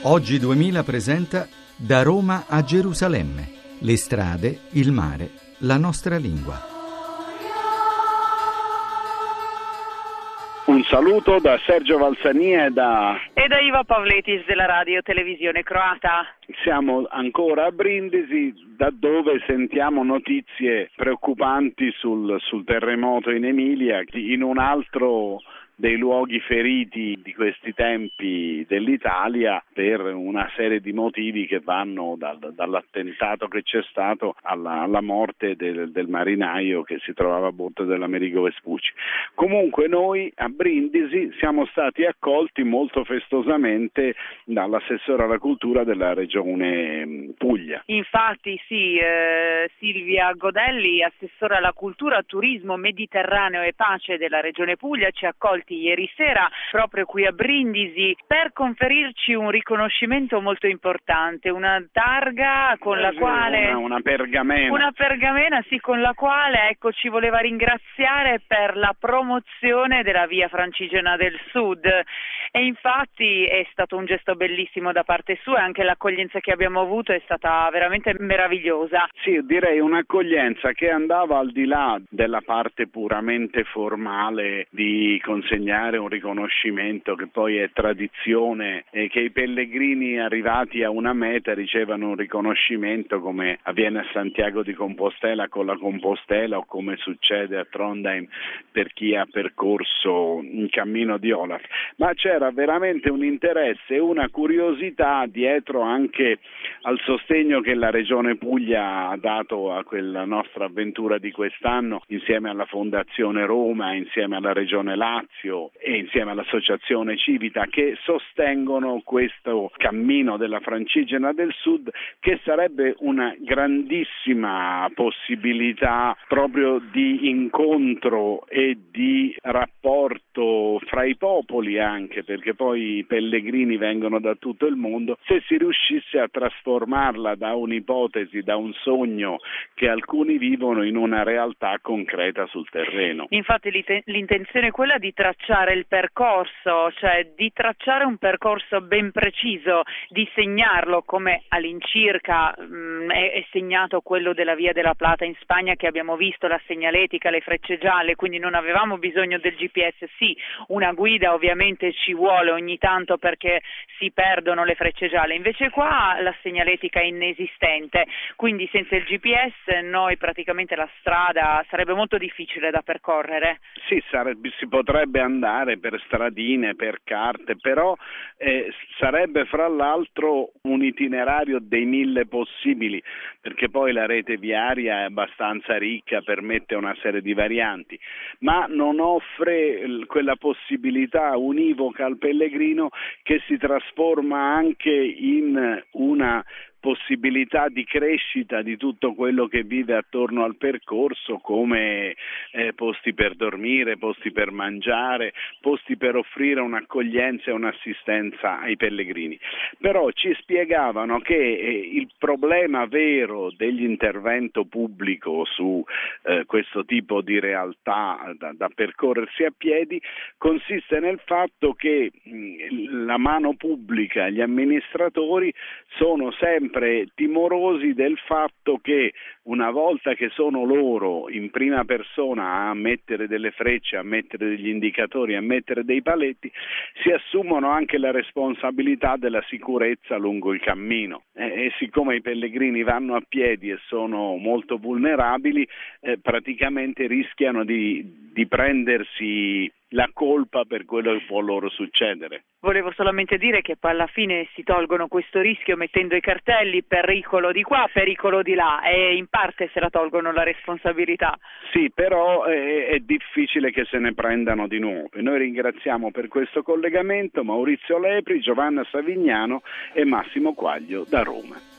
Oggi 2000 presenta Da Roma a Gerusalemme. Le strade, il mare, la nostra lingua. Un saluto da Sergio Valsania e da Iva Pavletis della Radio Televisione Croata. Siamo ancora a Brindisi, da dove sentiamo notizie preoccupanti sul terremoto in Emilia, in un altro dei luoghi feriti di questi tempi dell'Italia per una serie di motivi che vanno dall'attentato che c'è stato alla morte del marinaio che si trovava a bordo dell'Amerigo Vespucci. Comunque noi a Brindisi siamo stati accolti molto festosamente dall'assessore alla cultura della regione Puglia. Infatti sì, Silvia Godelli, assessore alla cultura, turismo, Mediterraneo e pace della regione Puglia, ci ha accolti ieri sera proprio qui a Brindisi per conferirci un riconoscimento molto importante, una targa con la quale una pergamena sì, con la quale ci voleva ringraziare per la promozione della via Francigena del Sud, e infatti è stato un gesto bellissimo da parte sua, e anche l'accoglienza che abbiamo avuto è stata veramente meravigliosa. Sì, direi un'accoglienza che andava al di là della parte puramente formale di consegnare un riconoscimento, che poi è tradizione, e che i pellegrini arrivati a una meta ricevano un riconoscimento, come avviene a Santiago di Compostela con la Compostela, o come succede a Trondheim per chi ha percorso il cammino di Olaf. Ma c'era veramente un interesse e una curiosità dietro anche al sostegno che la Regione Puglia ha dato a quella nostra avventura di quest'anno, insieme alla Fondazione Roma, insieme alla Regione Lazio e insieme all'Associazione Civita, che sostengono questo cammino della Francigena del Sud, che sarebbe una grandissima possibilità proprio di incontro e di rapporto fra i popoli, anche perché poi i pellegrini vengono da tutto il mondo. Se si riuscisse a trasformarla da un'ipotesi, da un sogno che alcuni vivono, in una realtà concreta sul terreno. Infatti l'intenzione è quella di tracciare il percorso, cioè di tracciare un percorso ben preciso, di segnarlo come all'incirca è segnato quello della Via della Plata in Spagna, che abbiamo visto, la segnaletica, le frecce gialle, quindi non avevamo bisogno del GPS. Sì, una guida ovviamente ci vuole ogni tanto perché si perdono le frecce gialle, invece qua la segnaletica è inesistente, quindi senza il GPS noi praticamente la strada sarebbe molto difficile da percorrere. Sì, si potrebbe andare per stradine, per carte, però sarebbe fra l'altro un itinerario dei 1000 possibili, perché poi la rete viaria è abbastanza ricca, permette una serie di varianti, ma non offre quella possibilità univoca al pellegrino che si trasforma anche in una possibilità di crescita di tutto quello che vive attorno al percorso, come posti per dormire, posti per mangiare, posti per offrire un'accoglienza e un'assistenza ai pellegrini. Però ci spiegavano che il problema vero dell'intervento pubblico su questo tipo di realtà da percorrersi a piedi consiste nel fatto che la mano pubblica, gli amministratori sono sempre timorosi del fatto che una volta che sono loro in prima persona a mettere delle frecce, a mettere degli indicatori, a mettere dei paletti, si assumono anche la responsabilità della sicurezza lungo il cammino. E siccome i pellegrini vanno a piedi e sono molto vulnerabili, praticamente rischiano di prendersi la colpa per quello che può loro succedere. Volevo solamente dire che poi alla fine si tolgono questo rischio mettendo i cartelli pericolo di qua, pericolo di là, e in parte se la tolgono la responsabilità. Sì, però è difficile che se ne prendano di nuovo. Noi ringraziamo per questo collegamento Maurizio Lepri, Giovanna Savignano e Massimo Quaglio da Roma.